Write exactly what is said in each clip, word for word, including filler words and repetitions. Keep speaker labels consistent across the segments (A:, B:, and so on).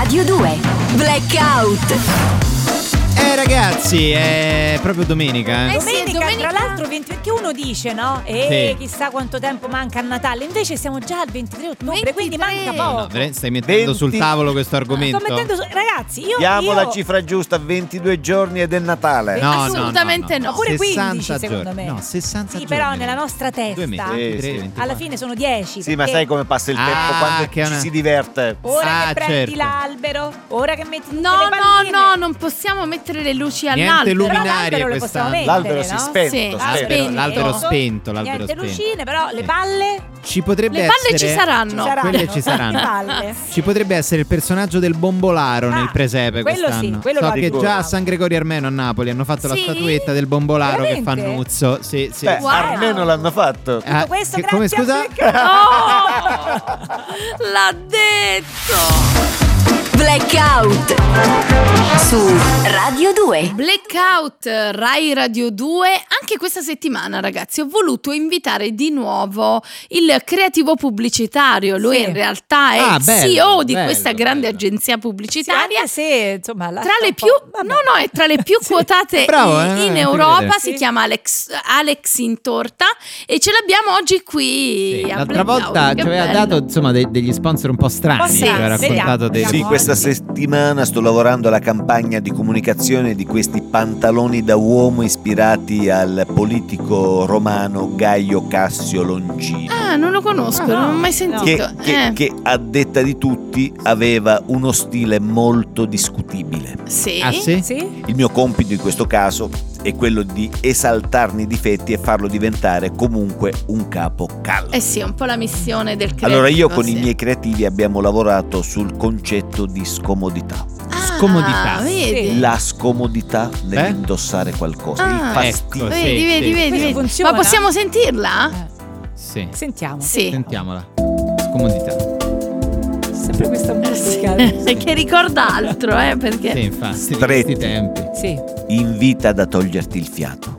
A: Radio due Blackout.
B: Eh ragazzi, è proprio domenica, eh?
C: Eh
D: Domenica,
C: sì, domenica,
D: tra l'altro venti, perché uno dice no? E
B: Sì.
D: chissà quanto tempo manca a Natale. Invece siamo già al ventitré ottobre, quindi
C: ventitré.
D: manca poco.
B: No, veramente stai mettendo
E: venti
B: sul tavolo questo argomento?
D: Sto mettendo su- ragazzi, io,
E: Diamo
D: io
E: la cifra giusta, ventidue giorni ed è Natale.
B: No,
C: Assolutamente no.
D: Oppure
B: sessanta
D: quindici secondo
B: giorni.
D: me.
B: No, sessanta
D: Sì,
B: giorni.
D: però nella nostra
B: Due
D: testa
B: mesi,
E: Sì,
B: ventitré,
E: sì.
B: ventiquattro.
D: alla fine sono dieci.
E: Sì, ma
D: perché
E: sai come passa il tempo
B: Ah,
E: quando
B: che è
E: ci
B: una-
E: si diverte?
D: ora
B: Ah,
D: che prendi
B: certo.
D: l'albero, ora che metti tutte
C: No,
D: le
C: no,
D: palline.
C: no, non possiamo mettere le luci
B: Niente
C: all'albero.
D: Però
B: luminarie
D: l'albero lo
B: quest'anno.
D: possiamo mettere,
E: L'albero si
D: no?
E: spento,
C: Sì,
E: spento.
C: spento.
B: L'albero
D: Ecco.
B: spento, l'albero
D: Niente
B: spento.
D: lucine, però le
B: Sì.
D: palle
B: Ci potrebbe
C: Le palle
B: essere
C: ci saranno.
D: ci saranno.
B: Quelle ci saranno.
D: Le palle.
B: Ci potrebbe essere il personaggio del bombolaro
D: Ah,
B: nel presepe
D: quello
B: quest'anno.
D: sì, quello
B: so
D: lo
B: che
D: abbiamo.
B: già a San Gregorio Armeno a Napoli hanno fatto la
C: Sì?
B: statuetta del bombolaro che fa
D: Veramente?
B: Nuzzo. Sì, sì.
E: Beh,
C: Wow.
E: almeno l'hanno fatto.
B: Ah,
D: Tutto questo
B: che-
D: grazie
B: come
D: a
B: scusa?
D: Blackout.
C: Oh, l'ha detto.
A: Blackout su Radio due.
C: Blackout Rai Radio due. Anche questa settimana, ragazzi, ho voluto invitare di nuovo il creativo pubblicitario. Lui
D: Sì.
C: in realtà è
B: Ah,
C: il
B: bello,
C: C E O di
B: bello,
C: questa grande
B: bello.
C: agenzia
D: Sì,
C: pubblicitaria.
D: anche se insomma la
C: Tra le
D: un
C: più,
D: po'- vabbè.
C: no, no, è tra le più quotate
B: Bravo,
C: in,
B: eh,
C: in
B: ti
C: Europa.
B: vedere.
C: Si
D: Sì.
C: chiama Alex, Alex Intorta e ce l'abbiamo oggi qui.
B: Sì,
C: a
B: l'altra
C: Blackout.
B: volta
C: Che
B: ci aveva
C: bello.
B: dato insomma dei- degli sponsor un po' strani.
D: Un po'
B: ci
C: strani,
B: aveva
D: vediamo,
B: raccontato dei
D: vediamo.
E: Sì, questa
D: oggi.
E: settimana sto lavorando alla campagna di comunicazione di questi pantaloni da uomo ispirati al politico romano Gaio Cassio Longino.
C: Ah, non lo conosco,
D: Ah, no,
C: non ho mai
E: Che,
C: sentito.
E: che-
C: Eh,
E: che a detta di tutti aveva uno stile molto discutibile.
C: sì.
B: Ah sì?
D: Sì?
E: Il mio compito in questo caso è quello di esaltarne i difetti e farlo diventare comunque un capo caldo.
C: Eh sì, è un po' la missione del creativo.
E: Allora io con
C: sì.
E: i miei creativi abbiamo lavorato sul concetto di scomodità.
C: Ah,
B: scomodità.
C: Vedi?
E: La scomodità
B: Beh?
E: nell'indossare qualcosa,
C: Ah,
E: il fastidio.
B: ecco,
C: Vedi,
B: sì,
C: vedi,
B: sì.
C: vedi,
D: Questo
C: vedi.
D: funziona?
C: Ma possiamo sentirla?
D: Eh,
B: Sì.
D: Sentiamo.
C: Sì.
B: Sentiamola. Scomodità.
D: Sempre questa musica.
C: Che ricorda altro, eh, perché
B: Sì, infatti. Di
E: Stretti.
B: questi tempi.
D: Sì.
E: Invita ad toglierti il fiato.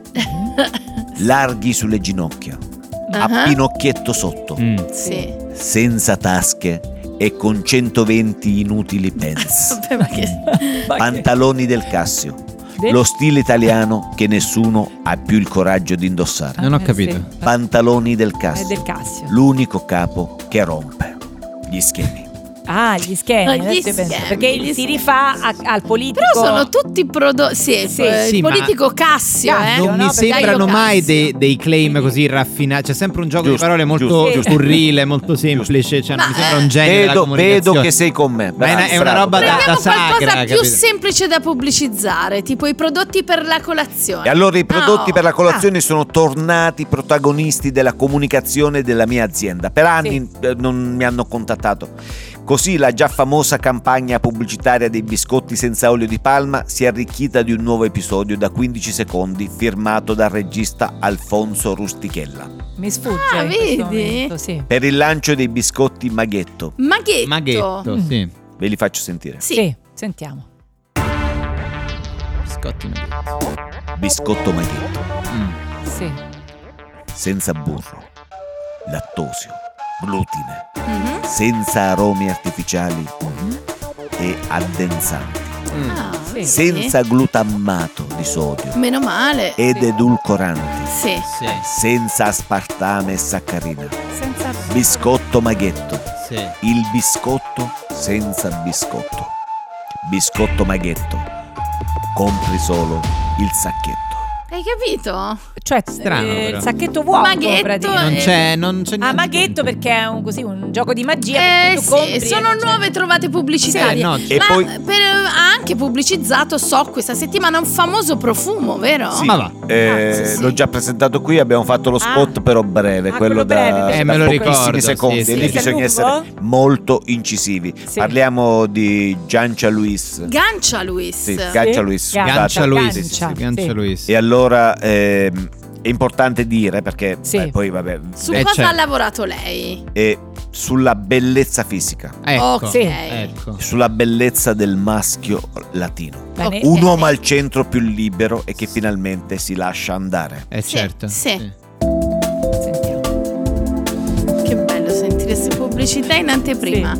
E: Larghi sulle ginocchia,
C: Ah,
E: a pinocchietto sotto,
B: Mm.
C: sì.
E: senza tasche e con centoventi inutili pants.
C: Vabbè, ma che...
E: Pantaloni del Cassio.
D: Del-
E: Lo stile italiano che nessuno ha più il coraggio di indossare.
B: Non ho
D: Eh,
B: capito.
D: sì.
E: Pantaloni del
D: È
E: Cassio.
D: del Cassio.
E: L'unico capo che rompe gli schemi.
D: Ah, gli schemi.
C: Ah,
D: adesso
C: gli
D: io penso,
C: schemi,
D: perché
C: gli
D: si rifà a- al politico.
C: Però sono tutti prodotti. Sì,
D: Sì,
C: eh,
B: sì,
C: il
B: ma-
C: politico Cassio,
D: Cassio,
C: eh.
B: Non
D: no?
B: mi
D: Perché
B: sembrano
C: io
B: mai
C: Cassio.
B: dei, dei claim così raffinati. C'è sempre un gioco
E: Giusto,
B: di parole molto
E: giusto,
D: giusto.
B: scurrile, molto semplice. Cioè, non mi
C: Ma,
B: sembra un genio della
E: Vedo,
B: comunicazione.
E: vedo che sei con me.
B: Ma è una- è una
E: Bravo,
B: roba da-
E: bravo.
C: Prendiamo qualcosa
B: sagra,
C: più
B: capito?
C: semplice da pubblicizzare, tipo i prodotti per la colazione.
E: E allora i prodotti
C: No.
E: per la colazione sono tornati protagonisti della comunicazione della mia azienda. Per anni eh, non mi hanno contattato. Così la già famosa campagna pubblicitaria dei biscotti senza olio di palma si è arricchita di un nuovo episodio da quindici secondi firmato dal regista Alfonso Rustichella.
D: Mi sfugge.
C: Ah,
D: in questo
C: vedi?
D: momento, sì.
E: Per il lancio dei biscotti Maghetto.
C: Maghetto.
B: Maghetto, sì.
E: Ve li faccio sentire.
C: Sì.
D: Sì, sentiamo.
B: Biscotti Maghetto.
E: Biscotto Maghetto.
B: Mm.
D: Sì.
E: Senza burro, lattosio, glutine,
C: Mhm.
E: senza aromi artificiali e addensanti,
B: Mm.
C: Ah,
D: Sì.
E: senza glutammato di sodio
C: Meno male.
E: ed edulcoranti,
C: Sì.
B: Sì,
E: senza aspartame e saccarina.
D: Senza.
E: Biscotto Maghetto,
B: sì.
E: il biscotto senza biscotto. Biscotto Maghetto, compri solo il sacchetto.
C: Hai capito?
D: Cioè,
B: Strano,
D: eh,
B: però.
D: il sacchetto vuoto.
C: Maghetto
D: praticamente.
B: Non c'è, non c'è
D: Ah,
B: niente
D: maghetto
B: dentro.
D: perché è un, così, un gioco di magia.
C: Eh
D: tu
C: sì,
D: compri
C: sono
D: e-
C: nuove trovate pubblicitarie.
B: Sì, no,
E: E
C: Ma
E: poi-
C: per- ha anche pubblicizzato, so, questa settimana un famoso profumo, vero?
E: Sì,
B: Ma va.
E: eh,
C: Ah, sì, sì.
E: l'ho già presentato qui, abbiamo fatto lo spot
D: Ah.
E: però breve,
D: Ah,
E: quello
D: quello breve,
E: da,
D: perché
B: Eh, me
E: da
B: lo
E: pochissimi
B: ricordo,
E: secondi,
B: sì,
E: e
B: sì.
E: lì
D: Sì,
E: bisogna
D: lungo?
E: essere molto incisivi.
D: Sì.
E: Parliamo di Gancia Luis.
C: Gancia Luis.
E: Sì, Gancia Luis,
D: Gancia.
E: scusate.
B: Gancia Luis,
D: Gancia,
B: sì, sì, Gancia
D: sì.
B: Luis.
E: E allora ehm, è importante dire perché
D: Sì.
E: beh, poi vabbè,
C: Su
B: Eh,
C: cosa
B: certo.
C: ha lavorato lei?
E: è sulla bellezza fisica,
B: Ecco,
C: Ok.
D: Sì.
B: ecco.
E: sulla bellezza del maschio latino.
D: Bene.
E: Un
C: Ok.
E: uomo al centro più libero e che finalmente si lascia andare.
B: Eh
C: Sì,
B: certo.
C: sì.
D: Sentiamo.
C: Che bello sentire queste pubblicità in anteprima.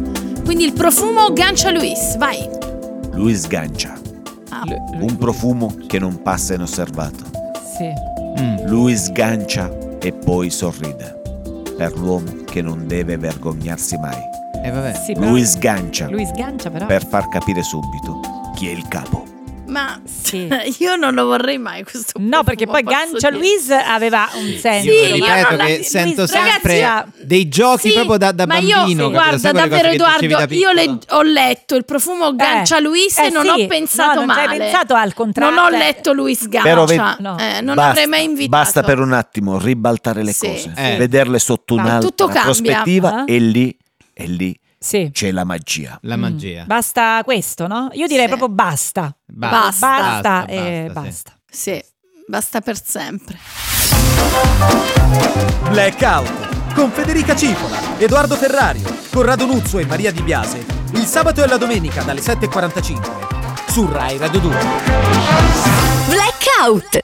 C: Quindi il profumo Gancia Luis, vai.
E: Luis Gancia,
C: Ah,
E: un profumo che non passa inosservato.
D: Sì.
B: Mm.
E: Luis Gancia e poi sorride, per l'uomo che non deve vergognarsi mai.
B: E vabbè.
D: Sì, però-
E: Luis Gancia,
D: Luis Gancia però.
E: per far capire subito chi è il capo.
C: ma
D: Sì.
C: io non lo vorrei mai questo
D: No,
C: profumo,
D: perché poi
C: posso
D: Gancia
C: dire.
D: Luis aveva un senso.
C: Sì,
B: Io
C: io
B: ripeto
C: non la-
B: che sento
D: Luis-
B: sempre
D: ragazzi,
B: dei giochi
C: Sì,
B: proprio da, da
C: ma
B: bambino.
C: io,
B: capito?
C: guarda,
B: Sai quelle
C: davvero
B: cose che dicevi
C: Edoardo,
B: da
C: io le-
B: piccolo?
C: ho letto il profumo Gancia
D: Eh,
C: Luis
D: eh
C: e non
D: sì.
C: ho pensato
D: No, non ci
C: male.
D: hai pensato al contrario.
C: Non ho letto Luis Gancia,
E: Però vedi-
D: No.
C: eh, non
E: Basta,
C: avrei mai invitato.
E: Basta per un attimo ribaltare le
C: Sì.
E: cose,
B: Eh.
E: vederle sotto
C: Ma
E: un'altra
C: tutto cambia.
E: prospettiva
D: Eh?
E: e lì, e lì
D: Sì.
E: c'è la magia.
B: La magia.
D: Basta questo, no? Io direi
C: Sì.
D: proprio basta.
C: Basta.
D: Basta e
B: basta, sì.
D: basta.
C: Sì, basta per sempre.
F: Blackout con Federica Cipola, Edoardo Ferrario, Corrado Nuzzo e Maria Di Biase. Il sabato e la domenica dalle sette e quarantacinque su Rai Radio due.
A: Blackout.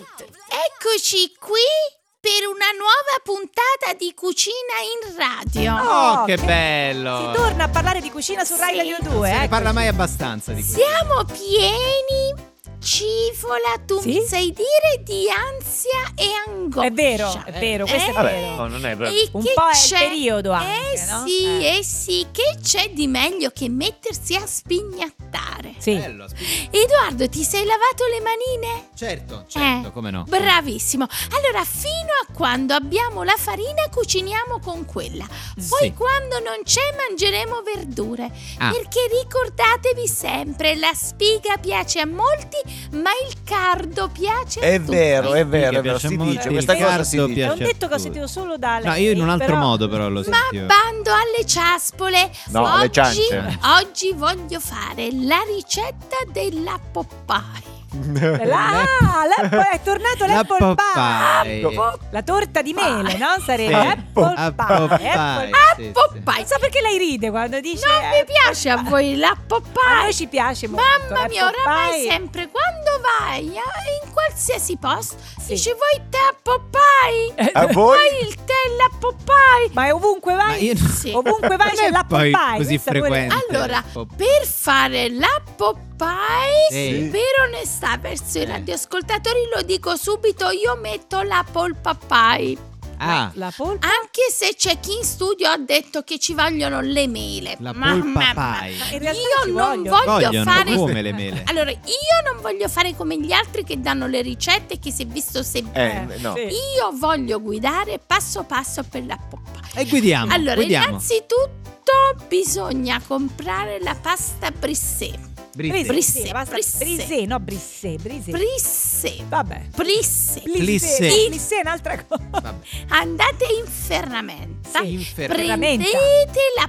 C: Eccoci qui per una nuova puntata di Cucina in Radio.
B: Oh,
D: Oh,
B: che
D: che-
B: bello.
D: Si torna a parlare di cucina su Rai
C: Sì.
D: Radio due.
B: Non se ne
D: ecco.
B: parla mai abbastanza di questo.
C: Siamo pieni, Cifola, tu
D: Sì?
C: mi sai dire, di ansia e angoscia.
D: È vero, è vero, questo
C: Eh?
D: è
E: Vabbè,
D: vero.
E: no, non è vero.
C: E
D: Un
C: che
D: po' è il
C: c'è?
D: periodo anche,
C: Eh
D: no?
C: sì,
D: Eh.
C: eh sì, che c'è di meglio che mettersi a spignattare?
D: Sì.
B: Bello, spighi-
C: Edoardo, ti sei lavato le manine?
B: Certo, certo,
C: Eh,
B: come no.
C: Bravissimo. Allora, fino a quando abbiamo la farina, cuciniamo con quella. Poi,
B: Sì.
C: quando non c'è, mangeremo verdure.
B: Ah.
C: Perché ricordatevi sempre: la spiga piace a molti, ma il cardo piace a
E: È
C: tutti.
E: vero, è vero,
B: Che
E: è vero,
B: piace
E: si
B: molto,
E: dice,
B: il
E: questa cosa
B: cardo
E: si dice.
D: È
B: piace
D: un
B: a
D: detto che ho
B: tutti.
D: sentito solo da lei.
B: No, io in un altro
D: però-
B: modo però lo
C: Ma
B: sentivo.
C: bando alle ciaspole.
E: No, alle
C: oggi,
E: ciance.
C: oggi voglio fare la ricetta della Popeye.
D: La, la- è tornato
B: La
D: l'apple
B: Popeye.
D: pie. La torta di mele, no? Sarebbe
B: Sì.
D: apple
B: Apple
D: pie.
B: pie,
D: apple-
B: sì, sì.
C: Popeye.
D: Non so perché lei ride quando dice
C: Non mi
D: eh,
C: piace a voi la
D: a
C: Popeye?
D: noi ci piace molto.
C: Mamma mia,
D: l'apple
C: oramai
D: pie.
C: sempre quando vai eh, in qualsiasi posto
B: Sì.
C: dici vuoi te a Popeye?
E: A voi?
C: Vuoi il tè alla Popeye?
D: Ma è ovunque
B: Ma
D: vai.
B: io
C: Sì.
D: Ovunque vai
B: non
D: c'è
B: è
D: l'apple
B: poi
D: pie.
B: così
D: questa pure-
B: frequente.
C: Allora,
B: Pop-
C: per fare la Popeye,
B: Sì.
C: per onestà verso i radioascoltatori lo dico subito, io metto la polpa pie.
B: Ah,
D: La polpa.
C: Anche se c'è chi in studio ha detto che ci vogliono le mele.
B: la
C: Mamma
B: polpa
C: mia.
B: pie.
D: In realtà
C: Io
D: ci
C: non
D: vogliono.
C: voglio
B: Vogliono
C: fare
B: come le mele.
C: Allora, io non voglio fare come gli altri che danno le ricette che si è visto se
E: Eh, no.
D: sì.
C: Io voglio guidare passo passo per la poppa.
B: E guidiamo,
C: Allora,
B: guidiamo.
C: innanzitutto bisogna comprare la pasta brissé.
B: Brise.
C: Brise.
D: Sì, basta-
C: Brissé.
D: Brisé, no brissé, brisé.
C: Brissé.
D: Vabbè.
C: Brissé.
B: Plissé.
D: Plissé. Plissé è un'altra cosa.
B: Vabbè.
C: Andate in ferramenta.
D: Sì,
B: in ferramenta.
C: Prendete la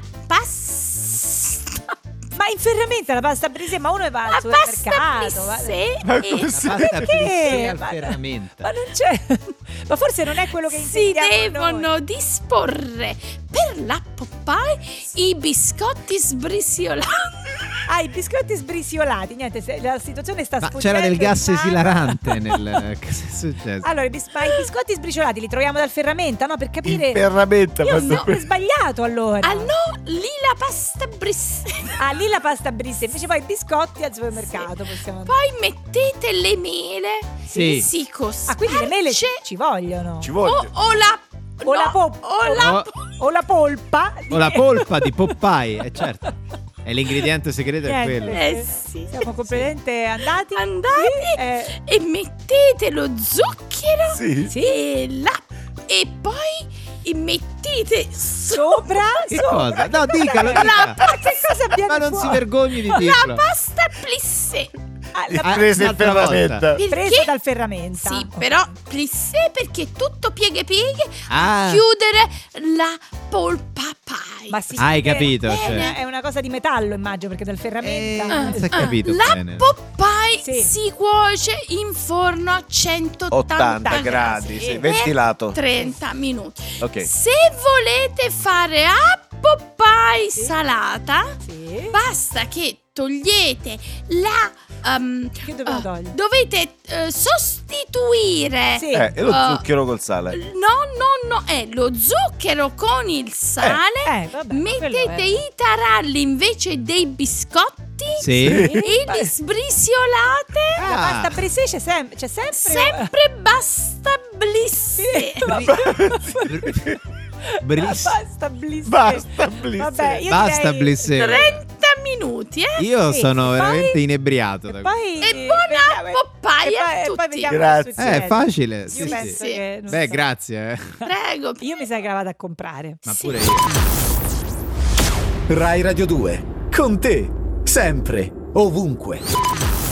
C: pasta.
D: Ma in ferramenta la pasta brisé, ma uno va
C: La
D: al
C: pasta
D: supermercato. va-
C: brissé.
E: Ma
C: e-
E: come
B: La
E: si-
B: pasta
D: Perché?
B: plissé al
D: Ma-
B: ferramenta.
D: Ma non c'è. Ma forse non è quello che
C: si
D: intendiamo
C: devono
D: noi.
C: disporre per la Popeye i biscotti sbriciolati.
D: Ah, i biscotti sbriciolati. Niente, se- la situazione sta
B: Ma
D: sfuggendo.
B: c'era del gas
D: in mano.
B: esilarante nel... Cosa è successo?
D: Allora, i, bis- ma i biscotti sbriciolati li troviamo dal ferramenta, no? Per capire.
E: In ferramenta,
D: Io
E: quando-
D: no, ho sbagliato allora.
C: Ah no, lì la pasta brissé.
D: Ah, lì la pasta brissé, invece poi i biscotti al supermercato possiamo andare.
C: Poi mettete le mele.
B: Sì.
C: Si cosparge.
D: Ah, quindi le mele ci, ci vogliono.
E: Ci
C: o,
E: voglio.
C: o la
D: O la
C: no,
D: pop-
C: o la
B: o-
D: O la polpa. di-
B: O la polpa di Popeye, eh, certo. E l'ingrediente segreto è
D: Niente.
B: quello.
C: Eh sì.
D: Siamo completamente andati.
C: Andate
D: Sì, eh,
C: e mettete lo zucchero
E: Sì.
D: sì.
C: e la e poi mettete su
D: Sopra.
B: Che
D: sopra.
B: cosa? No, dicalo,
C: La-
B: dica.
D: Ma che cosa abbiamo
B: Ma non si
D: fuori?
B: vergogni di
C: la
B: dirlo.
C: pasta plissé.
D: Ah, la-
B: Ah,
E: Prese in
B: un'altra volta.
E: ferramenta.
C: Perché?
D: preso dal ferramenta.
C: Sì, però plissé perché tutto pieghe pieghe
B: Ah.
C: a chiudere la polpa pie.
D: Ma si
B: Hai
D: chiude-
B: capito,
D: Eh,
B: cioè.
D: È una cosa di metallo, immagino, perché dal ferramenta.
B: Eh, non si è capito
C: la
B: bene.
C: Popeye
D: Sì.
C: si cuoce in forno a centottanta
E: ottanta gradi, sì,
C: e
E: ventilato.
C: trenta minuti.
E: Ok.
C: Se volete fare a Popeye
D: Sì.
C: salata,
D: Sì.
C: basta che togliete la um,
D: Che dobbiamo
C: uh,
D: togliere?
C: dovete uh, sostituire
D: Sì.
E: Eh, e lo
C: Uh,
E: zucchero col sale.
C: no no no è lo zucchero con il sale.
D: Eh, vabbè,
C: mettete
D: quello è.
C: i taralli invece dei biscotti
B: Sì.
C: e li sbriciolate.
D: La
B: Ah.
D: pasta brisée c'è sempre, c'è sempre.
C: Sempre basta blisse.
B: Briss-
D: Basta blissé.
E: Basta, blissé.
D: Vabbè, io
B: Basta
D: direi-
B: blissé.
C: trenta minuti, eh?
B: Io
D: Sì,
B: sono
D: e
B: veramente
D: poi-
B: inebriato. da
D: E poi
C: E buona Popeye
D: e
C: a
D: poi- e poi
C: tutti.
D: vediamo
E: Grazie.
D: cosa succede.
B: Eh, è facile.
D: Io
B: Sì,
D: penso
B: sì.
D: che non
B: Beh,
D: so.
B: grazie. eh.
C: Prego.
D: Io mi sa che la vado a comprare.
B: Ma
C: Sì.
B: pure io.
F: Rai Radio due, con te, sempre, ovunque.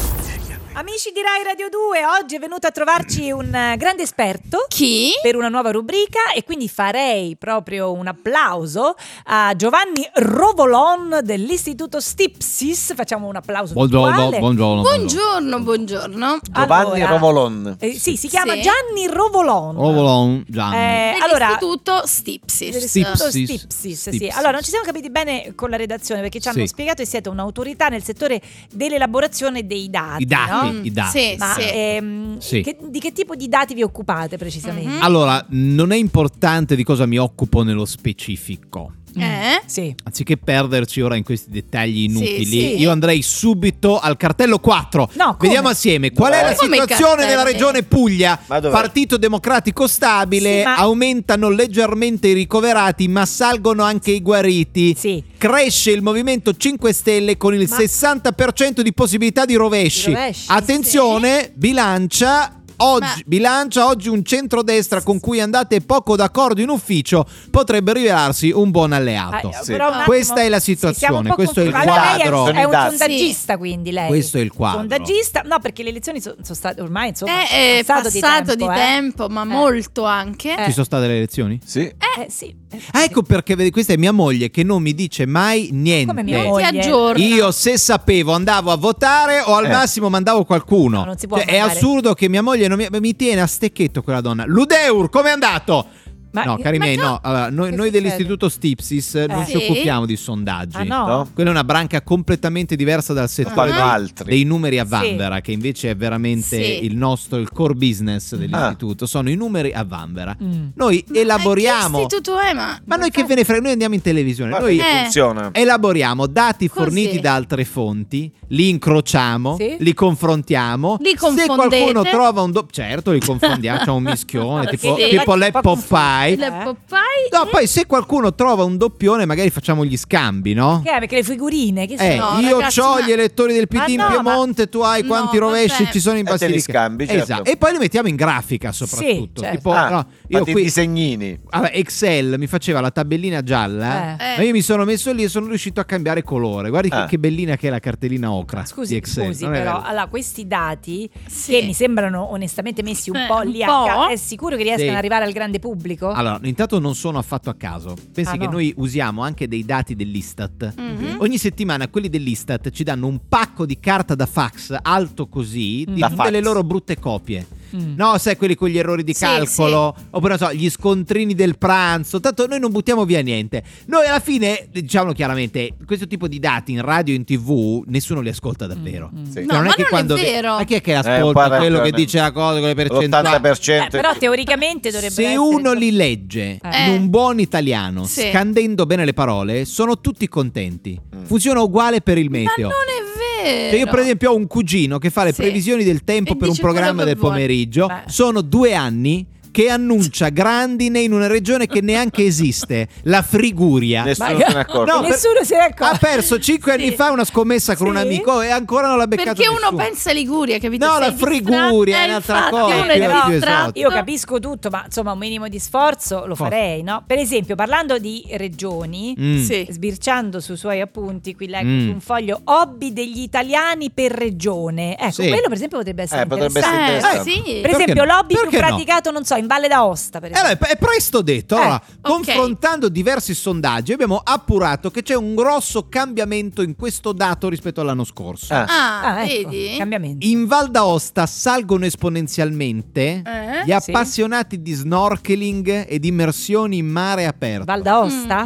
D: Amici di Rai Radio due, oggi è venuto a trovarci un eh, grande esperto
C: Chi?
D: per una nuova rubrica e quindi farei proprio un applauso a Giovanni Rovolon dell'Istituto Stipsis. Facciamo un applauso
B: Buongiorno,
D: virtuale.
B: buongiorno.
C: Buongiorno, buongiorno.
E: Giovanni
D: Allora,
E: Rovolon.
D: eh, sì, si chiama
C: Sì.
D: Gianni Rovolon.
B: Rovolon, Gianni.
D: Eh, allora,
C: Dell'istituto Stipsis.
D: dell'Istituto
B: Stipsis.
D: Stipsis, sì.
B: Stipsis.
D: Allora, non ci siamo capiti bene con la redazione perché ci hanno
B: Sì.
D: spiegato che siete un'autorità nel settore dell'elaborazione dei dati.
B: I dati,
D: no?
C: Mm,
B: i dati.
C: sì.
D: Ma ehm,
B: Sì.
D: che- di che tipo di dati vi occupate precisamente?
C: Mhm.
B: Allora, non è importante di cosa mi occupo nello specifico.
C: Eh?
D: Sì.
B: Anziché perderci ora in questi dettagli inutili,
C: sì.
B: io andrei subito al cartello quattro.
D: No, come?
B: Vediamo assieme qual è
E: Dov'è?
B: la
C: Come i
B: situazione
C: cartelli?
B: nella regione Puglia.
E: Ma dov'è?
B: Partito Democratico stabile,
D: Sì, ma-
B: aumentano leggermente i ricoverati, ma salgono anche i guariti.
D: Sì.
B: Cresce il Movimento cinque Stelle con il
D: Ma-
B: sessanta per cento di possibilità di rovesci.
D: Di rovesci,
B: Attenzione, bilancia. Oggi,
C: Ma-
B: bilancia oggi un centrodestra con cui andate poco d'accordo in ufficio potrebbe rivelarsi un buon alleato.
D: Ah,
E: Sì.
D: però un attimo-
B: Questa è la
D: sì, siamo un
B: situazione,
D: po'
B: questo è il
D: confusi. Allora lei
B: quadro.
D: è, è un
E: Sono i
D: sondaggista, quindi lei.
B: Questo è il quadro.
D: Sondaggista? No, perché le elezioni sono state ormai, insomma,
C: Eh, è
D: passato,
C: passato
D: di tempo,
C: di
D: eh.
C: tempo, ma
D: Eh.
C: molto anche.
D: Eh.
B: Ci sono state le elezioni?
E: Sì.
D: Eh, sì. Eh,
B: Ah, ecco
D: sì.
B: perché vedi, questa è mia moglie che non mi dice mai niente.
D: Come mia
C: Ti
D: moglie?
C: aggiorna.
B: Io se sapevo andavo a votare o al
E: Eh.
B: massimo mandavo qualcuno.
D: No, non si può
B: Cioè, è
D: mandare.
B: assurdo che mia moglie non mi, mi tiene a stecchetto quella donna. Ludeur, com'è andato?
D: Ma-
B: no, cari
D: ma
B: miei,
D: no.
B: no. Allora, noi,
D: Che
B: noi
D: succede?
B: dell'Istituto Stipsis non
D: Eh.
B: ci
C: Sì?
B: occupiamo di sondaggi.
D: Ah, no?
E: No?
B: Quella è una branca completamente diversa dal settore
E: fanno
B: dei-
E: altri.
B: dei numeri a
D: Sì.
B: vanvera, che invece è veramente
C: Sì.
B: il nostro, il core business dell'istituto. Sono i numeri a vanvera.
D: Mm.
B: Noi
C: Ma
B: elaboriamo.
C: Che istituto è? Ma,
B: Ma noi che ve ne frega, noi andiamo in televisione.
E: Guarda
B: Noi
E: che
C: Eh.
E: funziona.
B: elaboriamo dati
C: Così.
B: forniti da altre fonti, li incrociamo,
D: Sì.
B: li confrontiamo.
C: Li
B: Se
C: confondete?
B: qualcuno trova un do- certo, li confondiamo, c'è un mischione,
D: Perché
B: tipo,
D: sì.
B: tipo le
D: Un po'
B: Popeye.
C: Il
D: Eh.
C: Popeye?
B: No, poi se qualcuno trova un doppione, magari facciamo gli scambi, no?
D: Che è? Perché le figurine, che
B: Eh,
C: No,
B: io
C: ragazzi,
B: ho
C: ma-
B: gli elettori del P D
D: Ma
B: in
D: no,
B: Piemonte, tu hai
C: No,
B: quanti rovesci
C: vabbè.
B: ci sono in
E: E te li
B: Basilicata.
E: scambi, certo.
B: Esatto. E poi li mettiamo in grafica soprattutto.
D: certo.
B: Tipo,
E: Ah,
B: no, io
E: fate i
B: qui
E: disegnini.
B: vabbè, Excel mi faceva la tabellina gialla,
D: Eh.
B: ma io mi sono messo lì e sono riuscito a cambiare colore. Guardi che,
E: Ah.
B: che bellina che è la cartellina ocra
D: Scusi,
B: di Excel.
D: scusi
B: non è
D: però,
B: vero?
D: allora questi dati
C: Sì.
D: che mi sembrano onestamente messi un
C: Eh,
D: po'
C: un
D: lì
C: po'?
D: a ca- è sicuro che riescano
B: Sì.
D: ad arrivare al grande pubblico?
B: Allora, intanto non sono affatto a caso. Pensi
D: Ah,
B: che
D: no.
B: noi usiamo anche dei dati dell'Istat.
C: Mhm.
B: Ogni settimana quelli dell'Istat ci danno un pacco di carta da fax alto così di
E: Da
B: tutte
E: fax.
B: le loro brutte copie.
D: Mm.
B: No, sai, quelli con gli errori di
C: Sì,
B: calcolo, oppure non so, gli scontrini del pranzo. Tanto noi non buttiamo via niente. Noi alla fine, diciamolo chiaramente, questo tipo di dati in radio e in TV nessuno li ascolta davvero.
D: Mm, mm.
E: Sì.
B: Cioè,
C: No, ma
B: che
C: non è
B: quando
C: vero.
B: Ma chi è che
E: Eh,
B: ascolta
E: qua ha
B: quello che
E: ragione.
B: dice la cosa con le percentuali?
E: l'ottanta per
D: Eh,
E: cento.
D: però teoricamente dovrebbe
B: Se
D: essere
B: uno
D: insomma-
B: li legge
D: Eh.
B: in un buon italiano,
C: Sì.
B: scandendo bene le parole, sono tutti contenti.
E: Mm.
B: Funziona uguale per il
C: Ma
B: meteo.
C: non è vero.
B: Cioè io per esempio ho un cugino che fa le
C: Sì.
B: previsioni del tempo
C: E
B: per un
C: dice quello
B: programma
C: che
B: del
C: vuole.
B: pomeriggio.
D: Beh.
B: Sono due anni che annuncia grandine in una regione che neanche esiste, la Friguria.
E: Nessuno
D: Ma-
E: se ne accorge.
B: No, per-
D: Nessuno se ne accorge.
B: Ha perso cinque anni
C: Sì.
B: fa una scommessa con un
D: Sì?
B: amico e ancora non l'ha beccato
C: Perché uno
B: nessuno.
C: pensa a Liguria, capito?
B: No,
C: Sei
B: la Friguria
C: distratto,
B: è un'altra
C: infatti,
B: cosa,
C: uno è
B: più- più
C: distratto.
B: esatto.
D: Io capisco tutto, ma insomma un minimo di sforzo lo
B: Forza.
D: farei, no? Per esempio, parlando di regioni,
B: Mm.
C: Sì.
D: sbirciando sui suoi appunti, qui leggo
B: Mm.
D: su un foglio hobby degli italiani per regione. Ecco,
B: Sì.
D: quello per esempio potrebbe essere
E: Eh, potrebbe
D: interessante.
E: essere
C: Eh,
E: interessante.
C: sì.
D: Per
B: Perché
D: esempio,
B: no?
D: l'hobby più
B: Perché no?
D: praticato, non so, in Valle d'Aosta, per
B: Eh,
D: esempio.
B: beh, è presto detto. Allora,
C: ok.
B: confrontando diversi sondaggi, abbiamo appurato che c'è un grosso cambiamento in questo dato rispetto all'anno scorso.
E: Ah.
C: Ah,
D: Ah, ecco,
C: vedi?
D: cambiamento.
B: In Val d'Aosta salgono esponenzialmente
C: Eh?
B: gli
D: Sì.
B: appassionati di snorkeling ed immersioni in mare aperto.
D: Val d'Aosta?
C: Mm,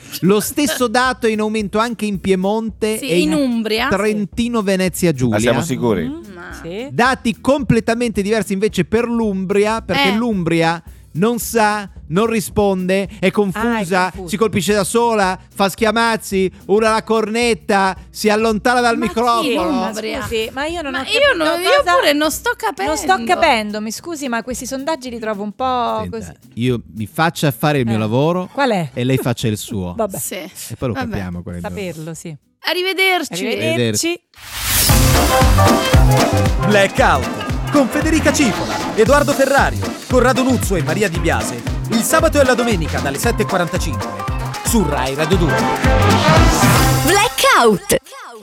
B: Lo stesso dato è in aumento anche in Piemonte
C: Sì,
B: e
C: in Umbria.
B: Trentino Venezia Giulia.
E: Ma siamo sicuri?
C: Ma-
D: Sì.
B: Dati completamente diversi invece per l'Umbria, perché
C: Eh.
B: l'Umbria non sa, non risponde, è confusa,
D: Ah, è confusa.
B: si colpisce da sola, fa schiamazzi, urla la cornetta, si allontana dal
C: Ma chi
B: microfono.
C: è Umbria?
D: Scusi, ma io non
C: Ma
D: ho
C: io,
D: capito
C: non- io
D: cosa-
C: pure non sto capendo.
D: Non sto capendo, mi scusi, ma questi sondaggi li trovo un po'
B: Senta,
D: così.
B: io mi faccia fare il mio
D: Eh.
B: lavoro
D: Qual è?
B: e lei faccia il suo.
D: Vabbè,
C: Sì.
B: E poi lo
C: Vabbè.
B: capiamo qual è il mio lavoro.
D: saperlo, sì.
C: Arrivederci.
D: Arrivederci.
F: Blackout con Federica Cipola, Edoardo Ferrario, Corrado Nuzzo e Maria Di Biase. Il sabato e la domenica dalle sette e quarantacinque su Rai Radio due.
A: Blackout.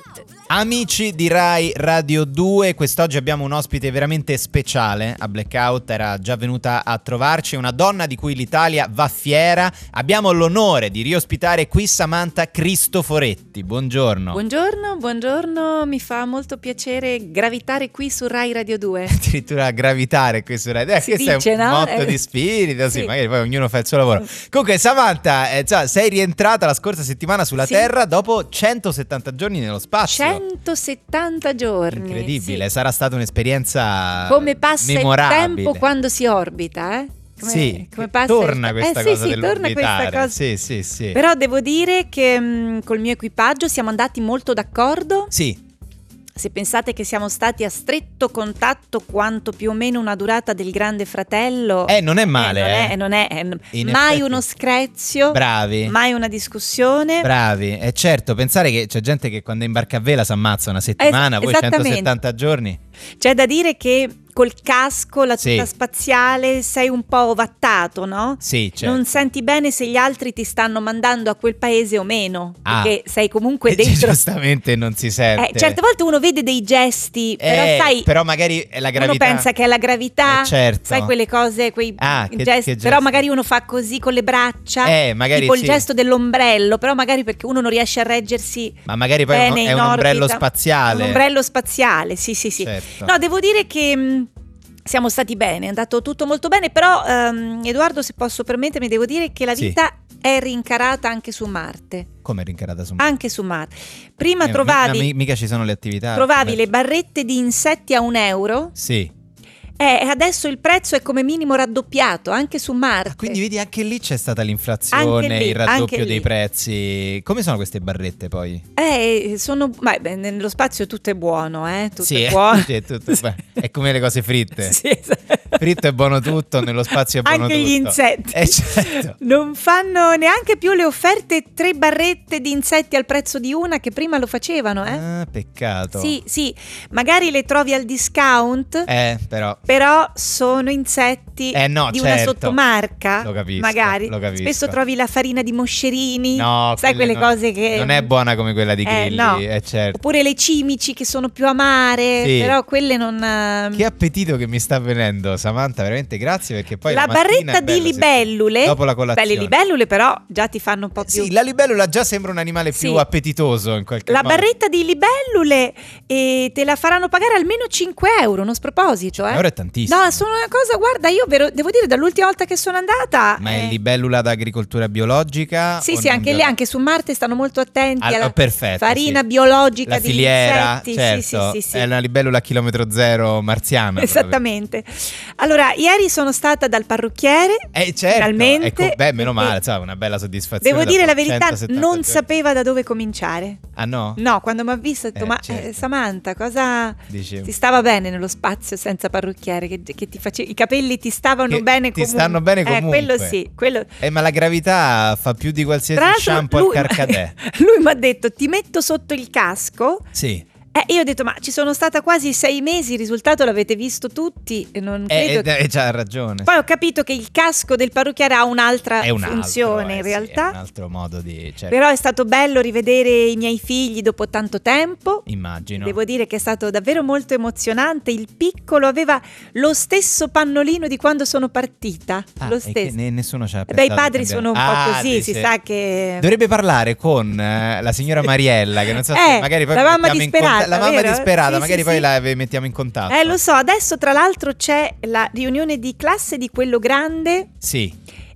G: Amici di Rai Radio due, quest'oggi abbiamo un ospite veramente speciale a Blackout, era già venuta a trovarci, una donna di cui l'Italia va fiera. Abbiamo l'onore di riospitare qui Samantha Cristoforetti, buongiorno.
H: Buongiorno, buongiorno, mi fa molto piacere gravitare qui su Rai Radio due.
G: Addirittura gravitare qui su Rai due, eh,
D: Si
G: questo
D: dice,
G: è un
D: no?
G: motto
D: Eh,
G: di spirito, sì,
D: sì.
G: magari poi ognuno fa il suo lavoro. Comunque Samantha, eh, già, sei rientrata la scorsa settimana sulla
H: Sì.
G: Terra dopo centosettanta giorni nello spazio.
H: centosettanta giorni.
G: Incredibile,
H: sì.
G: sarà stata un'esperienza
H: Come passa il
G: memorabile.
H: tempo quando si orbita, eh? Come,
G: Sì,
H: come
G: che
H: passa
G: torna
H: il...
G: questa
H: eh,
G: cosa
H: sì, sì, torna
G: dell'orbitare.
H: questa cosa.
G: Sì, sì, sì.
H: Però devo dire che mh, col mio equipaggio siamo andati molto d'accordo.
G: Sì,
H: Se pensate che siamo stati a stretto contatto quanto più o meno una durata del Grande Fratello,
G: eh, non è male,
H: eh,
G: eh.
H: non è, non è-
G: In
H: mai
G: effetti.
H: uno screzio,
G: Bravi.
H: mai una discussione.
G: Bravi, e certo, pensare che c'è gente che quando è in barca a vela si ammazza una settimana,
H: Es-
G: voi
H: esattamente.
G: centosettanta giorni.
H: C'è da dire che col casco, la
G: Sì.
H: tuta spaziale, sei un po' ovattato, no?
G: Sì, certo.
H: Non senti bene se gli altri ti stanno mandando a quel paese o meno,
G: Ah.
H: perché sei comunque
G: Eh,
H: dentro.
G: giustamente non si sente.
H: Eh, certe volte uno vede dei gesti, però
G: Eh,
H: sai,
G: però magari è la
H: uno
G: gravità.
H: pensa che è la gravità,
G: Eh, certo.
H: sai quelle cose, quei
G: Ah, che-
H: gesti,
G: che
H: però
G: gesti.
H: magari uno fa così con le braccia,
G: Eh, magari
H: tipo
G: sì.
H: il gesto dell'ombrello, però magari perché uno non riesce a reggersi
G: Ma magari poi
H: bene
G: è
H: in
G: un ombrello
H: orbita.
G: spaziale.
H: Un ombrello spaziale, sì sì sì.
G: Certo.
H: No, devo dire che mh, siamo stati bene, è andato tutto molto bene, però ehm, Edoardo, se posso permettermi, devo dire che la
G: Sì.
H: vita è rincarata anche su Marte,
G: Come rincarata su
H: anche su Marte. Prima
G: Eh,
H: trovavi,
G: mi- mica ci sono le attività.
H: trovavi
G: Beh,
H: le barrette di insetti a un euro
G: Sì.
H: e adesso il prezzo è come minimo raddoppiato anche su Marte.
G: Ah, quindi vedi, anche lì c'è stata l'inflazione,
H: Anche lì,
G: il raddoppio
H: anche
G: dei
H: lì.
G: prezzi. Come sono queste barrette poi?
H: Eh, sono, ma, beh, nello spazio tutto è buono, eh, tutto
G: sì,
H: è buono.
G: sì, è, tutto- beh, è come le cose fritte.
H: Sì, esatto.
G: Fritto è buono tutto, nello spazio è buono
H: Anche
G: tutto.
H: gli insetti.
G: Eh, certo.
H: Non fanno neanche più le offerte tre barrette di insetti al prezzo di una che prima lo facevano, eh?
G: Ah, peccato.
H: Sì, sì, magari le trovi al discount,
G: Eh, però.
H: però sono insetti
G: Eh, no,
H: di una
G: certo.
H: sottomarca.
G: Lo capisco,
H: magari.
G: lo capisco.
H: Spesso trovi la farina di moscerini,
G: No,
H: sai quelle
G: non-
H: cose che
G: Non è buona come quella di
H: Eh,
G: Grilli,
H: no.
G: eh, certo.
H: Oppure le cimici che sono più amare,
G: Sì.
H: però quelle non eh,
G: Che appetito che mi sta venendo, Samantha, veramente grazie perché poi
H: la
G: la mattina
H: barretta
G: è bello
H: di
G: se-
H: libellule,
G: dopo la colazione.
H: beh, le libellule però già ti fanno un po' più.
G: Sì, la libellula già sembra un animale più
H: Sì.
G: appetitoso in qualche
H: La
G: modo.
H: barretta di libellule e te la faranno pagare almeno cinque euro, uno sproposito, eh.
G: Euro è tantissimo.
H: No, sono una cosa, guarda, io vero- devo dire dall'ultima volta che sono andata.
G: Ma è
H: eh,
G: libellula da agricoltura biologica?
H: Sì,
G: o
H: sì,
G: non
H: anche lì,
G: biologica?
H: anche su Marte stanno molto attenti
G: Ah,
H: alla
G: perfetto,
H: farina
G: sì.
H: biologica
G: La
H: di
G: filiera,
H: insetti.
G: certo,
H: Sì, sì, sì, sì.
G: è una libellula a chilometro zero marziana.
H: Esattamente. Allora, ieri sono stata dal parrucchiere.
G: proprio. Eh, certo.
H: Finalmente.
G: Ecco, beh, meno
H: E-
G: male, sai, una bella soddisfazione.
H: Devo dire
G: dopo
H: la verità,
G: centosettanta
H: non
G: giorni.
H: sapeva da dove cominciare.
G: Ah no?
H: No, quando mi ha visto ho detto,
G: Eh,
H: ma
G: certo.
H: eh, Samantha, cosa...
G: Dici-
H: Si stava bene nello spazio senza parrucchiere, che, che ti face... i capelli ti stavano
G: Che
H: bene
G: ti
H: comunque.
G: stanno bene
H: Eh,
G: comunque.
H: quello sì, quello...
G: Eh, ma la gravità fa più di qualsiasi
H: Tra l'altro
G: shampoo
H: lui,
G: al carcadè.
H: lui mi ha detto, ti metto sotto il casco.
G: Sì.
H: Eh, io ho detto, ma ci sono stata quasi sei mesi, il risultato l'avete visto tutti e non credo
G: Eh,
H: che...
G: eh, eh, c'ha ragione.
H: Poi ho capito che il casco del parrucchiere ha un'altra
G: È un altro,
H: funzione
G: eh,
H: in
G: sì,
H: realtà.
G: è un altro modo di... certo,
H: Però è stato bello rivedere i miei figli dopo tanto tempo.
G: immagino.
H: Devo dire che è stato davvero molto emozionante. Il piccolo aveva lo stesso pannolino di quando sono partita.
G: Ah,
H: lo
G: e che
H: stesso.
G: ne- nessuno ci ha
H: Beh, i
G: pensato
H: padri
G: di
H: sono un
G: cambiare.
H: po'
G: Ah,
H: così, si
G: dice-
H: sa che...
G: Dovrebbe parlare con eh, la signora Mariella, che non so se
H: Eh,
G: magari poi
H: la mamma
G: mettiamo in
H: disperata,
G: contatto- la mamma
H: vero?
G: disperata,
H: Sì,
G: magari
H: sì,
G: poi
H: sì.
G: la mettiamo in contatto.
H: Eh, lo so, adesso tra l'altro c'è la riunione di classe di quello grande
G: Sì.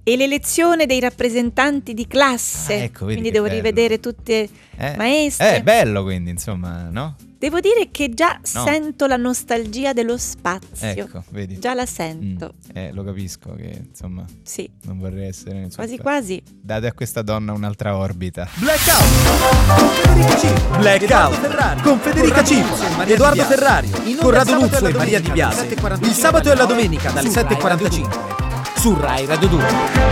H: e l'elezione dei rappresentanti di classe.
G: Ah, ecco, vedi
H: quindi
G: che
H: devo
G: bello.
H: rivedere tutte
G: Eh,
H: maestre.
G: È bello quindi, insomma, no?
H: Devo dire che già
G: No.
H: sento la nostalgia dello spazio.
G: Ecco, vedi.
H: Già la
G: Mm,
H: sento.
G: eh, lo capisco che, insomma,
H: Sì,
G: non vorrei essere nel suo
H: quasi
G: posto.
H: quasi.
G: Date a questa donna un'altra orbita.
F: Blackout con Federica Cipolla,
B: Blackout
F: Ferrari,
B: con Federica
F: Corrado
B: Cipolla,
F: Nuzzo e Maria
B: Edoardo
F: Di Biase.
B: Ferrario,
F: In onda
B: Corrado
F: il sabato
B: Nuzzo
F: e
B: e
F: la
B: Maria Di
F: domenica,
B: Biase.
F: dalle sette e quarantacinque.
B: Il sabato e la domenica dalle
F: Su
B: sette e
F: Rai
B: quarantacinque su Rai Radio due.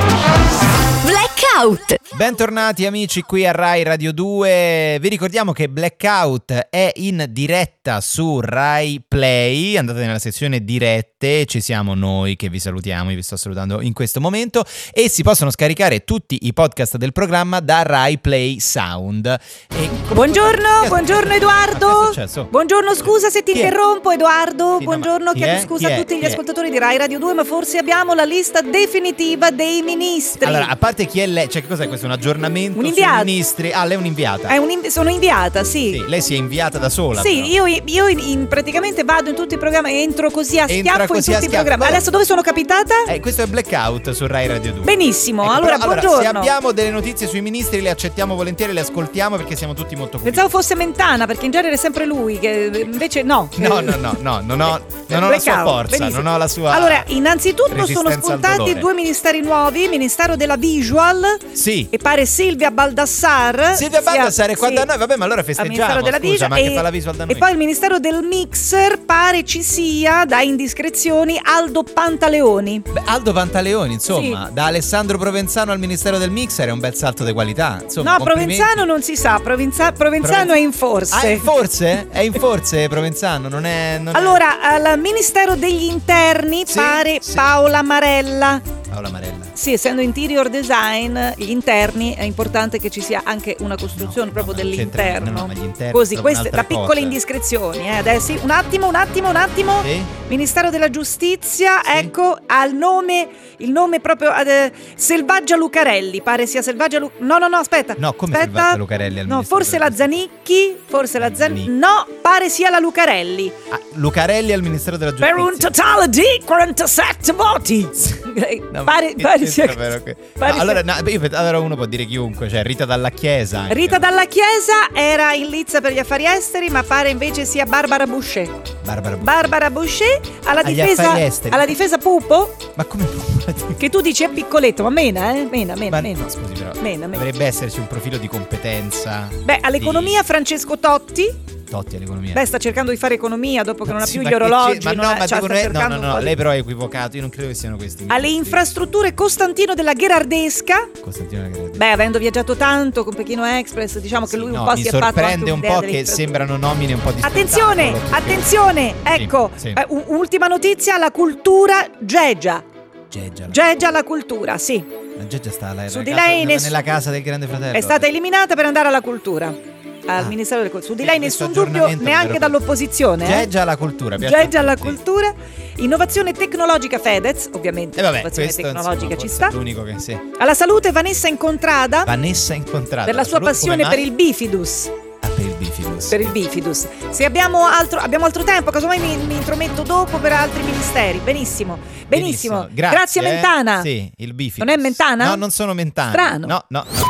A: Blackout.
G: Bentornati amici qui a Rai Radio due. Vi ricordiamo che Blackout è in diretta su Rai Play. Andate nella sezione dirette, ci siamo noi che vi salutiamo, io vi sto salutando in questo momento, e si possono scaricare tutti i podcast del programma da Rai Play Sound. E
H: Buongiorno, buongiorno Edoardo.
G: Ma che è successo?
H: Buongiorno, scusa se ti
G: Chi è?
H: interrompo Edoardo.
G: Sì, no,
H: Buongiorno,
G: ma chi
H: chiedo
G: è?
H: scusa
G: Chi
H: a
G: è?
H: tutti gli
G: Chi è?
H: ascoltatori di Rai Radio due, ma forse abbiamo la lista definitiva dei ministri.
G: Allora, a parte chi è lei, cioè che cos'è questo? Un aggiornamento
H: Un
G: sui
H: inviato.
G: ministri? Ah, lei è un'inviata.
H: È un invi- sono inviata, sì.
G: Sì, lei si è inviata da sola.
H: Sì,
G: però.
H: io, io in- in- praticamente vado in tutti i programmi, entro così a
G: Entra
H: schiaffo
G: così
H: in
G: a
H: tutti i
G: schiaffo.
H: programmi. Adesso dove sono capitata?
G: Eh, questo è Blackout su Rai Radio due.
H: Benissimo,
G: Ecco,
H: allora
G: però,
H: buongiorno.
G: se abbiamo delle notizie sui ministri le accettiamo volentieri, le ascoltiamo perché siamo tutti molto curiosi.
H: Pensavo fosse Mentana, perché in genere è sempre lui, che invece no.
G: No, no, no, no, non ho, non ho la sua
H: Blackout,
G: forza,
H: benissimo.
G: non ho la sua.
H: Allora, innanzitutto sono
G: resistenza al
H: spuntati
G: dolore.
H: due ministeri nuovi, Ministero della Visual
G: Sì.
H: e pare Silvia Baldassar.
G: Silvia
H: sia-
G: Baldassare è qua
H: sì,
G: da noi, vabbè, ma allora
H: al
G: festeggiamo.
H: Ministero della
G: Scusa,
H: Visual
G: ma che
H: e,
G: fa la visual da noi?
H: e poi il Ministero del Mixer pare ci sia, da indiscrezioni, Aldo Pantaleoni.
G: Beh, Aldo Pantaleoni, insomma,
H: Sì.
G: da Alessandro Provenzano al Ministero del Mixer è un bel salto di qualità. Insomma,
H: No,
G: complimenti.
H: Provenzano non si sa, Provenza- Provenzano
G: Proven-
H: è in forse.
G: Ah, è in forse? È in forse Provenzano, non è. Non è-
H: Allora, al Ministero degli Interni
G: Sì,
H: pare
G: sì.
H: Paola Marella.
G: Paola Marella.
H: Sì, essendo interior design, gli interni è importante che ci sia anche una costruzione
G: No,
H: proprio
G: no, ma non c'entra-
H: dell'interno.
G: no, no, ma gli interni
H: Così,
G: sono
H: queste
G: un'altra
H: da piccole
G: cosa.
H: indiscrezioni. Eh. Adesso un attimo, un attimo, un attimo.
G: Sì?
H: Ministero della Giustizia,
G: Sì.
H: ecco, ha il nome, il nome proprio eh, Selvaggia Lucarelli. Pare sia Selvaggia Lu- No, no, no, aspetta.
G: No, come
H: aspetta.
G: Selvaggia Lucarelli al
H: No,
G: Ministero
H: forse
G: della
H: la Zanicchi, forse la Zanicchi.
G: Zanicchi.
H: No, pare sia la Lucarelli.
G: Ah, Lucarelli al Ministero della Giustizia.
H: Per un totale di quarantasette voti.
G: No, ma
H: pare
G: che
H: pare
G: c'entra
H: sia
G: però que-
H: pare
G: No, allora,
H: sia-
G: no, io, allora uno può dire chiunque, cioè Rita Dalla Chiesa. anche.
H: Rita Dalla Chiesa era in lizza per gli affari esteri, ma pare invece sia Barbara Boucher.
G: Barbara Bu-
H: Barbara Boucher alla
G: Agli
H: difesa,
G: affari esteri.
H: alla difesa Pupo,
G: Ma come
H: che tu dici è piccoletto, ma mena, eh? Mena, mena,
G: Ma
H: mena.
G: no, scusi però.
H: Mena, mena.
G: Dovrebbe esserci un profilo di competenza.
H: Beh, all'economia Francesco Totti.
G: Di Totti all'economia.
H: Beh, sta cercando di fare economia dopo che non ha
G: Sì,
H: più
G: ma
H: gli
G: che
H: orologi.
G: c'è- Ma
H: non
G: no,
H: ha-
G: ma
H: cioè,
G: devono-
H: sta
G: no,
H: cercando
G: no,
H: un
G: no,
H: po' di-
G: lei però è equivocato. Io non credo che siano questi.
H: Alle
G: ministri.
H: infrastrutture Costantino della Gherardesca.
G: Costantino Gherardi.
H: Beh, avendo viaggiato tanto con Pechino Express, diciamo che
G: Sì,
H: lui
G: no,
H: un po'
G: mi
H: si è fatto anche
G: sorprende un
H: un'idea
G: po'
H: delle
G: che
H: infrastrutture.
G: sembrano nomine un po' di
H: Attenzione,
G: spettacolo, perché-
H: attenzione,
G: Sì,
H: ecco,
G: sì.
H: eh, u- ultima notizia, la cultura Geggia.
G: Geggia.
H: Geggia la cultura, sì.
G: La Geggia sta alla,
H: Su
G: alla
H: di
G: casa-
H: lei
G: nella,
H: ness-
G: nella casa del Grande Fratello.
H: È stata eliminata per andare alla cultura, al
G: Ah.
H: Ministero della Cultura. Su di
G: Sì,
H: lei
G: questo
H: nessun dubbio,
G: aggiornamento
H: neanche
G: me lo-
H: dall'opposizione. eh.
G: Geggia alla cultura. piace
H: Geggia
G: a
H: alla
G: tutti.
H: cultura. Innovazione tecnologica Fedez, ovviamente
G: E vabbè,
H: l'innovazione
G: questo
H: tecnologica
G: insomma,
H: ci
G: forse
H: sta.
G: è l'unico che sì.
H: Alla salute Vanessa Incontrada,
G: Vanessa Incontrata.
H: per la sua
G: Come
H: passione
G: mai?
H: per il bifidus.
G: Ah, per il bifidus.
H: Per il bifidus. Se abbiamo altro, abbiamo altro tempo, casomai mi, mi intrometto dopo per altri ministeri. Benissimo, benissimo.
G: Grazie, eh.
H: Mentana.
G: Sì, il bifidus.
H: Non è Mentana?
G: No, non sono Mentana.
H: Strano.
G: No, no, no.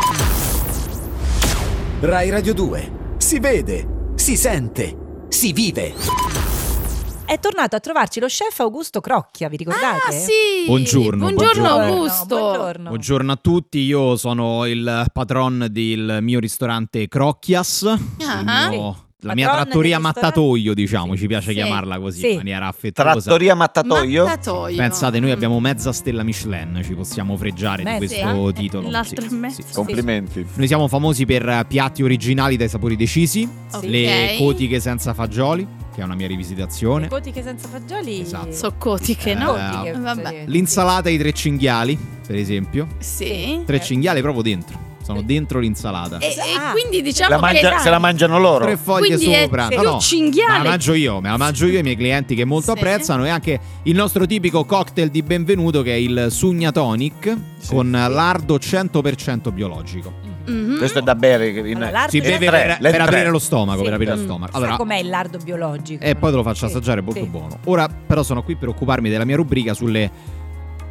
F: Rai Radio due. Si vede, si sente, si vive.
D: È tornato a trovarci lo chef Augusto Crocchia, vi ricordate?
C: Ah, sì.
B: Buongiorno,
C: Buongiorno,
B: buongiorno.
C: Augusto.
D: Buongiorno.
B: Buongiorno a tutti, io sono il patron del mio ristorante Crocchias, il
C: Ah.
B: mio- la mia
D: Patron
B: trattoria
D: del ristorante?
B: mattatoio, diciamo, ci piace
C: Sì.
B: chiamarla così
D: Sì.
B: in maniera affettuosa.
E: Trattoria mattatoio?
C: Mattatoio.
B: Pensate, noi abbiamo mezza stella Michelin, ci possiamo freggiare
D: Mezza?
B: di questo titolo.
C: L'altro
B: Sì,
C: è mezzo.
B: sì, sì.
E: Complimenti.
B: Noi siamo famosi per piatti originali dai sapori decisi,
C: Ok.
B: le cotiche senza fagioli, che è una mia rivisitazione,
D: Le cotiche senza fagioli.
B: Esatto.
C: So cotiche, no?
B: Eh,
C: Eh, vabbè.
B: l'insalata ai tre cinghiali, per esempio.
C: Sì.
B: Tre cinghiali proprio dentro, sono dentro l'insalata.
C: E, e
D: Ah.
C: quindi diciamo
E: La
C: che
E: mangia- se la mangiano loro.
B: Tre foglie
C: quindi è
B: sopra.
C: più
B: No, no,
C: cinghiale.
B: me la mangio io, me la mangio io e i miei clienti che molto
C: Sì.
B: apprezzano. E anche il nostro tipico cocktail di benvenuto che è il Sugna Tonic con lardo cento per cento biologico.
C: Mhm.
E: Questo è da bere. In...
D: Allora, l'ardo
B: Si
D: è-
B: beve
E: tre,
B: per,
E: le
B: per
E: tre.
B: aprire lo stomaco,
D: Sì.
B: per aprire lo
D: Mm.
B: stomaco.
D: Sa
B: Allora,
D: com'è il lardo biologico?
B: e poi te lo faccio
D: Sì.
B: assaggiare, è molto
D: Sì.
B: buono. Ora però sono qui per occuparmi della mia rubrica sulle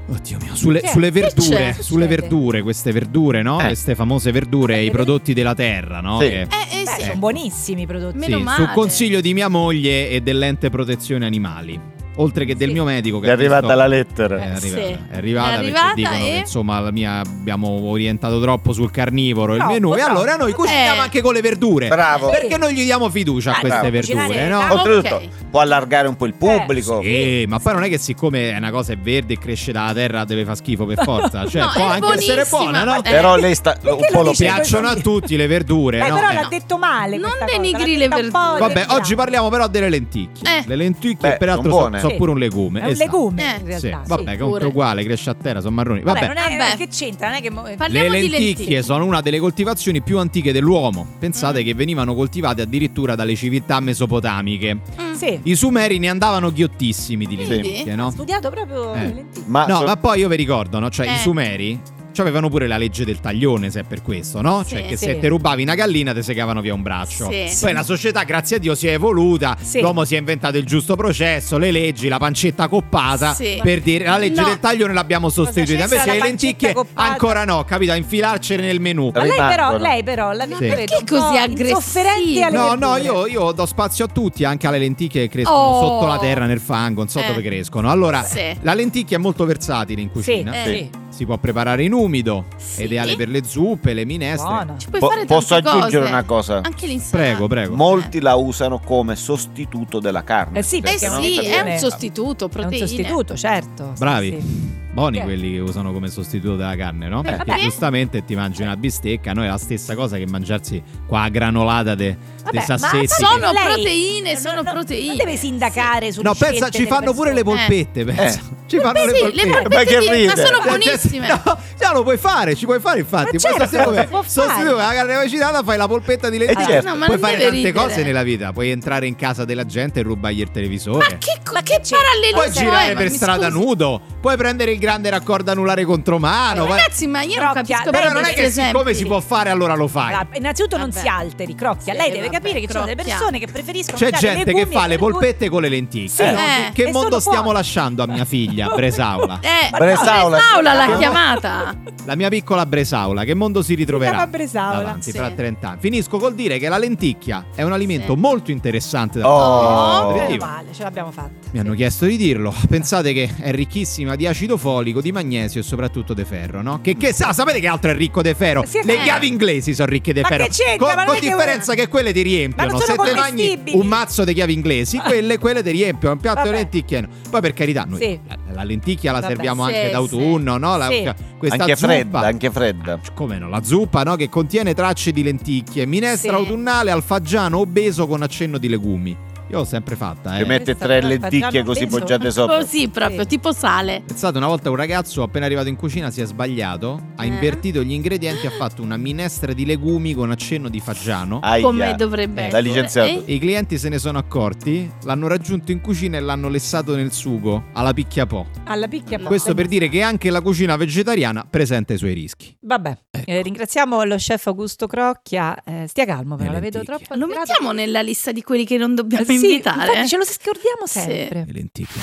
B: Oddio mio, sulle,
D: Che è?
B: sulle
C: Che
B: verdure,
C: c'è?
B: sulle
D: Succede?
B: verdure, queste verdure, no?
E: Eh.
B: Queste famose verdure,
D: Eh,
B: i prodotti della terra, no?
E: Sì.
B: Che-
C: Eh, eh
D: Beh,
C: sì.
D: sono buonissimi i prodotti.
C: Meno
B: sì,
C: male.
B: su consiglio di mia moglie e dell'ente protezione animali. Oltre che del
D: Sì.
B: mio medico. Che
E: È
B: ha visto-
E: arrivata la lettera.
B: È arrivata,
C: Sì.
B: è arrivata,
C: È
B: perché
C: arrivata
B: dicono
C: e-
B: che insomma la mia, abbiamo orientato troppo sul carnivoro il
D: Troppo,
B: menù e
D: troppo.
B: allora noi cuciniamo
C: Eh.
B: anche con le verdure.
E: Bravo.
B: Perché noi gli diamo fiducia a
D: Ah,
B: queste
E: bravo.
B: verdure,
D: Cucinare
B: no?
D: tanto.
E: Oltretutto
C: ok.
E: può allargare un po' il pubblico.
B: Sì, ma poi non è che siccome è una cosa è verde e cresce dalla terra deve far schifo per forza. Cioè,
C: No,
B: può
C: è
B: anche essere
C: buonissima,
B: buona, no?
C: eh.
E: Però lei sta un
D: Perché
E: po'
D: lo
E: lo
D: dice
B: Piacciono a
D: così?
B: tutti le verdure,
D: Beh,
B: no?
D: però
B: Eh,
D: l'ha
B: no.
D: detto male.
C: Non
D: questa cosa,
C: denigri
D: l'ha
C: le
D: detta un po'
C: verdure.
B: Vabbè,
D: delicato.
B: oggi parliamo però delle lenticchie.
C: Eh.
B: Le lenticchie,
E: Beh,
B: peraltro,
E: son
B: sono
E: buone.
B: so
D: Sì.
B: pure un legume.
D: È un
B: esatto.
D: legume
C: Eh.
D: in realtà.
B: Sì,
D: sì.
B: vabbè, che è
C: pure.
B: uguale, cresce a terra, sono marroni.
D: Vabbè,
B: Vabbè,
D: non è,
C: Vabbè.
D: che c'entra? Non è che mo-
C: Parliamo
B: le
C: di
B: lenticchie
C: lenticchie.
B: sono una delle coltivazioni più antiche dell'uomo. Pensate
C: Mm.
B: che venivano coltivate addirittura dalle civiltà mesopotamiche.
C: Mm.
D: Sì.
B: I sumeri ne andavano ghiottissimi di
C: Quindi?
B: lenticchie,
D: Ho
B: no?
D: studiato proprio
B: Eh.
D: le lenticchie.
E: Ma
B: No,
E: so-
B: ma poi io vi ricordo, no? Cioè,
C: Eh.
B: i sumeri avevano pure la legge del taglione, se è per questo, no?
C: Sì.
B: Cioè, che
D: Sì.
B: se te rubavi una gallina ti segavano via un braccio.
C: Sì.
B: Poi la società, grazie a Dio, si è evoluta.
D: Sì.
B: L'uomo si è inventato il giusto processo, le leggi, la pancetta coppata.
C: Sì.
B: Per dire, la legge
C: No.
B: del taglione l'abbiamo sostituita.
D: c'entra
B: Invece
D: la
B: le
D: pancetta
B: lenticchie
D: coppata?
B: ancora no, capito? A infilarcene nel menù.
D: Ma lei però,
E: rimangono.
D: lei però, la
B: Sì.
D: vedo
C: Perché
D: un po'
C: così aggressivo?
D: insofferente alle
B: No,
D: verdure.
B: no, io, io do spazio a tutti, anche alle lenticchie che crescono
C: Oh.
B: sotto la terra, nel fango, non so
C: Eh.
B: dove crescono. Allora,
C: Sì.
B: la lenticchia è molto versatile in
D: Sì,
B: cucina.
C: Eh.
D: sì.
B: Si può preparare in umido,
C: Sì.
B: ideale per le zuppe, le minestre.
D: Buono.
C: Ci puoi
E: Po-
C: fare
E: posso
C: tante
E: aggiungere
C: cose.
E: una cosa?
C: Anche l'insalata.
B: Prego, prego.
E: Molti la usano come sostituto della carne.
D: Eh sì,
C: Eh
D: perché non
C: sì,
D: fa
C: è
D: bene.
C: un sostituto,
D: È un
C: proteine.
D: sostituto, certo. Sì,
B: Bravi.
D: sì.
B: Buoni
D: Che?
B: quelli che usano come sostituto della carne, no?
D: Eh,
B: Perché
C: vabbè.
B: giustamente ti mangi una bistecca, no? È la stessa cosa che mangiarsi qua a granolata de,
D: Vabbè,
B: dei
D: ma
B: sassetti.
D: sai
C: Sono
D: che lei-
C: proteine,
D: no,
C: sono
D: no,
C: proteine.
D: Non deve sindacare su
B: No, pensa, ci fanno pure le polpette, pensa. Ci fanno
C: Beh,
B: le
C: sì,
B: polpette.
C: le
E: Ma
C: polpette
E: che
C: di- ma
E: ride?
C: sono
B: Cioè,
C: buonissime.
B: No, già lo puoi fare, ci puoi fare infatti.
D: Ma
B: Puoi
D: certo,
B: sostituire-
D: lo può fare.
B: sostituire la carne macinata, fai la polpetta di lenticchie.
E: certo.
C: No, ma
B: puoi
C: non
B: fare
C: deve
B: tante
C: ridere.
B: cose nella vita. Puoi entrare in casa della gente e rubargli il televisore.
C: Ma che, co- che
D: c'è?
C: parallelismo
B: Puoi girare
C: è? Ma
B: per
C: mi
B: strada
C: scusi.
B: nudo, puoi prendere il grande raccordo anulare contromano. vai-
C: Ragazzi, ma io non
D: Crocchia,
C: capisco
D: lei
B: Però
C: proprio
B: non è
C: questi
B: che siccome
C: esempi.
B: si può fare allora lo fai.
D: Allora, innanzitutto non
C: Vabbè.
D: si alteri, crocchia.
C: Sì,
D: Lei deve
C: vabbè,
D: capire che ci sono delle
C: crocchia.
D: persone che preferiscono
B: C'è
D: mangiare
B: gente
D: legumi
B: che fa
D: e
B: le
D: verdure.
B: polpette con le lenticchie.
D: Sì,
C: Eh.
B: Che
D: e
B: mondo
D: sono
B: stiamo
D: buone.
B: lasciando a mia figlia, Bresaula?
C: Eh,
E: Bresaula.
C: Bresaula l'ha
B: Che-
C: chiamata.
B: La mia piccola Bresaula, che mondo si ritroverà?
D: chiama Bresaula.
B: Davanti,
C: Sì.
B: fra trenta anni. Finisco col dire che la lenticchia è un alimento
C: Sì.
B: molto interessante da
E: Oh.
B: punto di
D: Meno
B: vista nutritivo.
D: male, ce l'abbiamo fatta.
B: Mi hanno chiesto di dirlo. Pensate che è ricchissima di acido folico, di magnesio e soprattutto di ferro, no? Che, che sa, sapete che altro è ricco di ferro?
D: Sì,
B: Le
D: eh.
B: chiavi inglesi sono ricche di
D: Ma
B: ferro.
D: che c'entra?
B: Con,
D: Ma non
B: con
D: è che-
B: differenza che quelle ti
D: Ma
B: riempiono.
D: non
B: Se
D: sono
B: te mangi
D: commestibili.
B: un mazzo di chiavi inglesi, quelle, quelle ti riempiono. Un piatto
D: Vabbè.
B: di lenticchie no. Poi per carità, noi
D: Sì.
B: la, la lenticchia la
D: Vabbè,
B: serviamo
C: sì,
B: anche d'autunno, no? La-
D: Sì.
B: Questa
E: Anche
B: zuppa,
E: fredda, anche fredda.
B: come no, la zuppa, no? Che contiene tracce di lenticchie, minestra
D: Sì.
B: autunnale, alfagiano obeso con accenno di legumi. Io l'ho sempre fatta,
E: Ci
B: eh.
E: mette
D: Questa
E: tre
D: però
E: lenticchie
D: facciamo
E: così
D: peso.
E: poggiate sopra.
C: Così proprio,
D: Sì.
C: tipo sale.
B: Pensate, una volta un ragazzo appena arrivato in cucina si è sbagliato, ha
C: Eh?
B: invertito gli ingredienti, ha fatto una minestra di legumi con accenno di fagiano.
E: Aia.
C: Come dovrebbe
B: Eh,
C: essere.
E: l'ha licenziato.
C: Eh?
B: I clienti se ne sono accorti, l'hanno raggiunto in cucina e l'hanno lessato nel sugo, alla picchia po'.
D: Alla picchia.
B: Questo per dire che anche la cucina vegetariana presenta i suoi rischi.
D: Vabbè, eh, ringraziamo lo chef Augusto Crocchia. Eh, stia calmo, però
B: Le
D: la vedo
B: lenticchie.
D: troppo
C: Lo
D: alterato.
C: mettiamo nella lista di quelli che non dobbiamo
D: Sì,
C: invitare.
D: infatti ce lo scordiamo
C: Sì.
D: sempre.
B: Le lenticchie.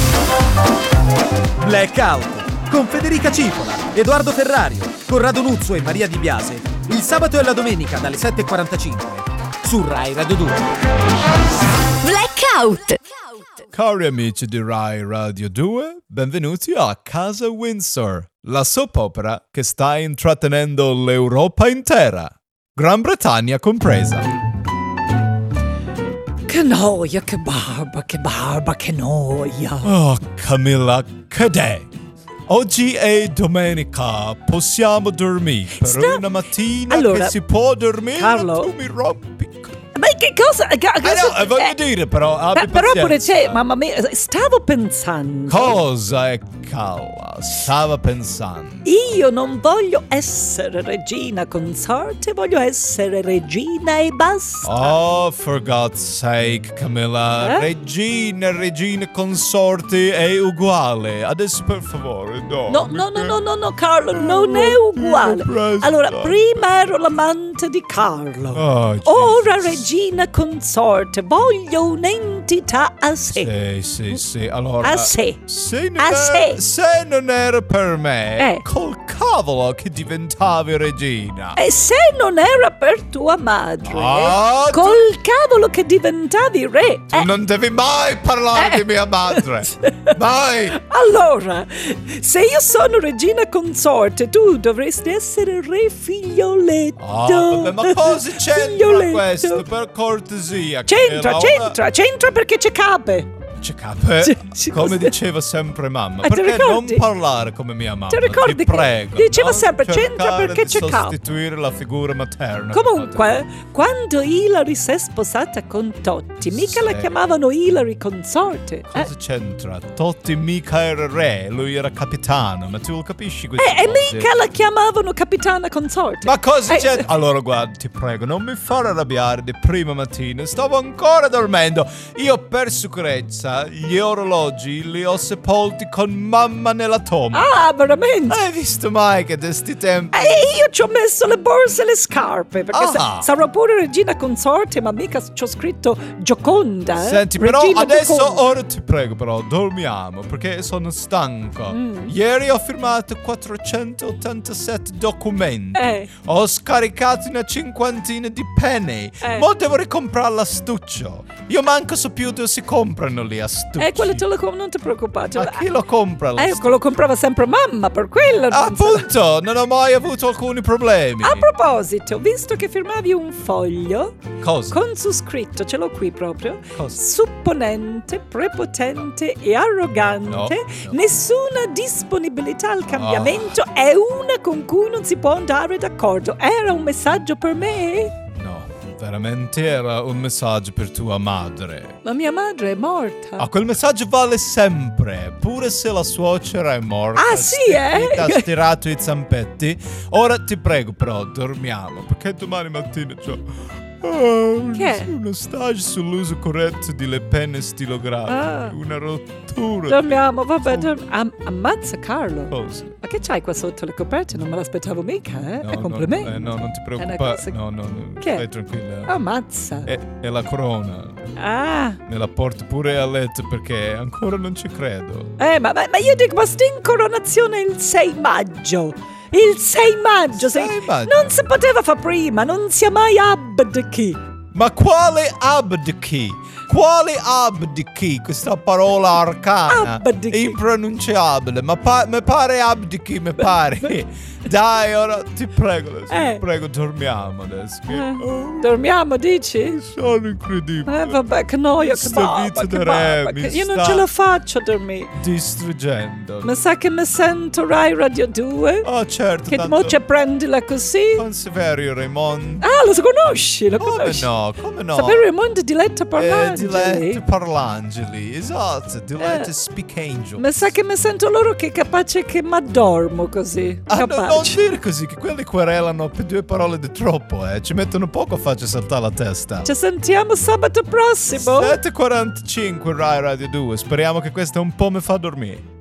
F: Blackout con Federica Cipola, Edoardo Ferrario, Corrado Nuzzo e Maria Di Biase. Il sabato e la domenica dalle sette e quarantacinque su Rai Radio due.
A: Blackout.
G: Cari amici di Rai Radio due, benvenuti a Casa Windsor, la soap opera che sta intrattenendo l'Europa intera, Gran Bretagna compresa.
D: Che noia, che barba, che barba, che noia.
G: Oh, Camilla, che è? Oggi è domenica, possiamo dormire per
D: Sta-
G: una mattina
D: Allora,
G: che si può dormire,
D: Carlo?
G: tu mi rompi.
D: Ma che cosa? Che,
G: Eh no, eh, voglio dire però, abbi
D: Beh, però pure
G: pazienza.
D: c'è, mamma mia, stavo pensando.
G: Cosa è calla? Stava pensando.
D: Io non voglio essere regina consorte, voglio essere regina e basta.
G: Oh, for God's sake, Camilla.
D: Eh?
G: Regina, regina consorti è uguale. Adesso per favore, no.
D: No, no, no, no, no, no, Carlo, non è uguale.
G: Presto.
D: Allora, prima ero l'amante di Carlo.
G: Oh,
D: Ora regina consorte, voglio un'entità identità a sé.
G: Sì, sì, sì. Allora,
D: A sé.
G: Se non,
D: A
G: era,
D: sé.
G: se non era per me,
D: Eh.
G: col cavolo che diventavi regina.
D: E se non era per tua madre,
G: Ah, tu-
D: col cavolo che diventavi re.
G: Tu
D: Eh,
G: non devi mai parlare
D: Eh.
G: di mia madre. Mai.
D: Allora, se io sono regina consorte, tu dovresti essere re figlioletto.
G: Ah, vabbè, ma cosa c'entra
D: Figlioletto.
G: questo? Per cortesia.
D: C'entra,
G: Carmela,
D: c'entra, c'entra perché c'è cape.
G: C'è capo,
D: Sì, sì,
G: come
D: cosa-
G: diceva sempre mamma.
D: Ah, ti
G: Perché non
D: ricordi?
G: parlare come mia mamma?
D: Ti ricordi
G: Ti
D: che
G: prego.
D: diceva
G: non
D: sempre, c'entra
G: cercare
D: perché
G: di
D: c'è capo.
G: sostituire la figura materna.
D: Comunque, quando Hilary si è sposata con Totti, mica la
G: Sì.
D: chiamavano Hilary consorte.
G: Cosa
D: Eh,
G: c'entra? Totti mica era re, lui era capitano, ma tu lo capisci questo?
D: Eh, e mica la chiamavano capitana consorte.
G: Ma cosa
D: Eh,
G: c'entra? Allora guarda, ti prego, non mi fare arrabbiare di prima mattina, stavo ancora dormendo. Io per sicurezza gli orologi li ho sepolti con mamma nella tomba.
D: Ah, veramente?
G: Hai visto mai che di sti tempi?
D: E io ci ho messo le borse e le scarpe, perché
G: Ah.
D: sa- sarò pure regina consorte, ma mica ci ho scritto Gioconda. Eh?
G: Senti, però
D: Regina
G: adesso,
D: Gioconda.
G: ora ti prego, però, dormiamo perché sono stanco.
D: Mm.
G: Ieri ho firmato quattrocentottantasette documenti.
D: Eh.
G: Ho scaricato una cinquantina di penny.
D: Eh.
G: Ma devo ricomprare l'astuccio. Io manco so più dove si comprano lì astucci.
D: Eh, quello te lo com- non ti preoccupare.
G: Ma chi lo compra
D: Eh,
G: l'astuccio?
D: lo comprava sempre mamma, per quello. non so-
G: Appunto, non ho mai avuto alcuni problemi.
D: A proposito, visto che firmavi un foglio
G: Cosa?
D: con su scritto, ce l'ho qui proprio,
G: Cosa?
D: supponente, prepotente e arrogante,
G: No, no.
D: nessuna disponibilità al cambiamento è una con cui non si può andare d'accordo. Era un messaggio per me?
G: No, veramente era un messaggio per tua madre.
D: Ma mia madre è morta.
G: Ah, quel messaggio vale sempre, pure se la suocera è morta.
D: Ah, sì, eh?
G: Ti ha stirato i zampetti. Ora ti prego, però, dormiamo, perché domani mattina c'ho ah,
D: Che è?
G: uno stage sull'uso corretto delle penne stilografiche.
D: Ah.
G: Una rottura.
D: Dormiamo, vabbè, dorm- Am- ammazza Carlo.
G: Cosa?
D: Ma che c'hai qua sotto le coperte? Non me l'aspettavo mica, eh?
G: No,
D: è complimento.
G: No, eh, no, non ti
D: È una
G: preoccupare.
D: cosa-
G: No, no, no.
D: Che è?
G: Stai tranquilla.
D: Ammazza.
G: È, è la corona.
D: Ah.
G: Me la porto pure a letto perché ancora non ci credo.
D: Eh, ma, ma- ma io dico, ma sta incoronazione il sei maggio. Il sei maggio. sei-
G: sei maggio?
D: Non si poteva fare prima, non si è mai abdichi.
G: Ma quale abdichi? Quale abdichi? Questa parola arcana,
D: Abdichi.
G: impronunciabile. Ma pa- mi pare abdichi, mi pare. Dai, ora ti prego, adesso,
D: Eh.
G: ti prego, dormiamo adesso. Che
D: Eh,
G: oh,
D: Dormiamo, dici?
G: sono incredibile.
D: Eh, vabbè, che noia, che
G: Sta
D: baba,
G: vita
D: che
G: da
D: baba,
G: re
D: che
G: mi
D: io non
G: sta-
D: ce la faccio a dormire.
G: Distruggendo.
D: Ma sa che mi sento Rai Radio due?
G: Oh, certo.
D: Che
G: tanto-
D: mo c'è prendila così?
G: Considerio Raymond.
D: Ah, lo conosci, lo
G: Come
D: conosci?
G: no, come no?
D: Sapere Raimondo Diletta
G: Eh,
D: Parlangeli.
G: Diletta Parlangeli, esatto, Diletta
D: Eh.
G: Speak Angel.
D: Ma sa che mi sento loro che è capace che mi addormo così.
G: Ah, no, non
D: Capace.
G: dire così, che quelli querelano per due parole di troppo, eh. Ci mettono poco a farci saltare la testa.
D: Ci sentiamo sabato prossimo.
G: sette e quarantacinque Rai Radio due, speriamo che questo un po' mi fa dormire.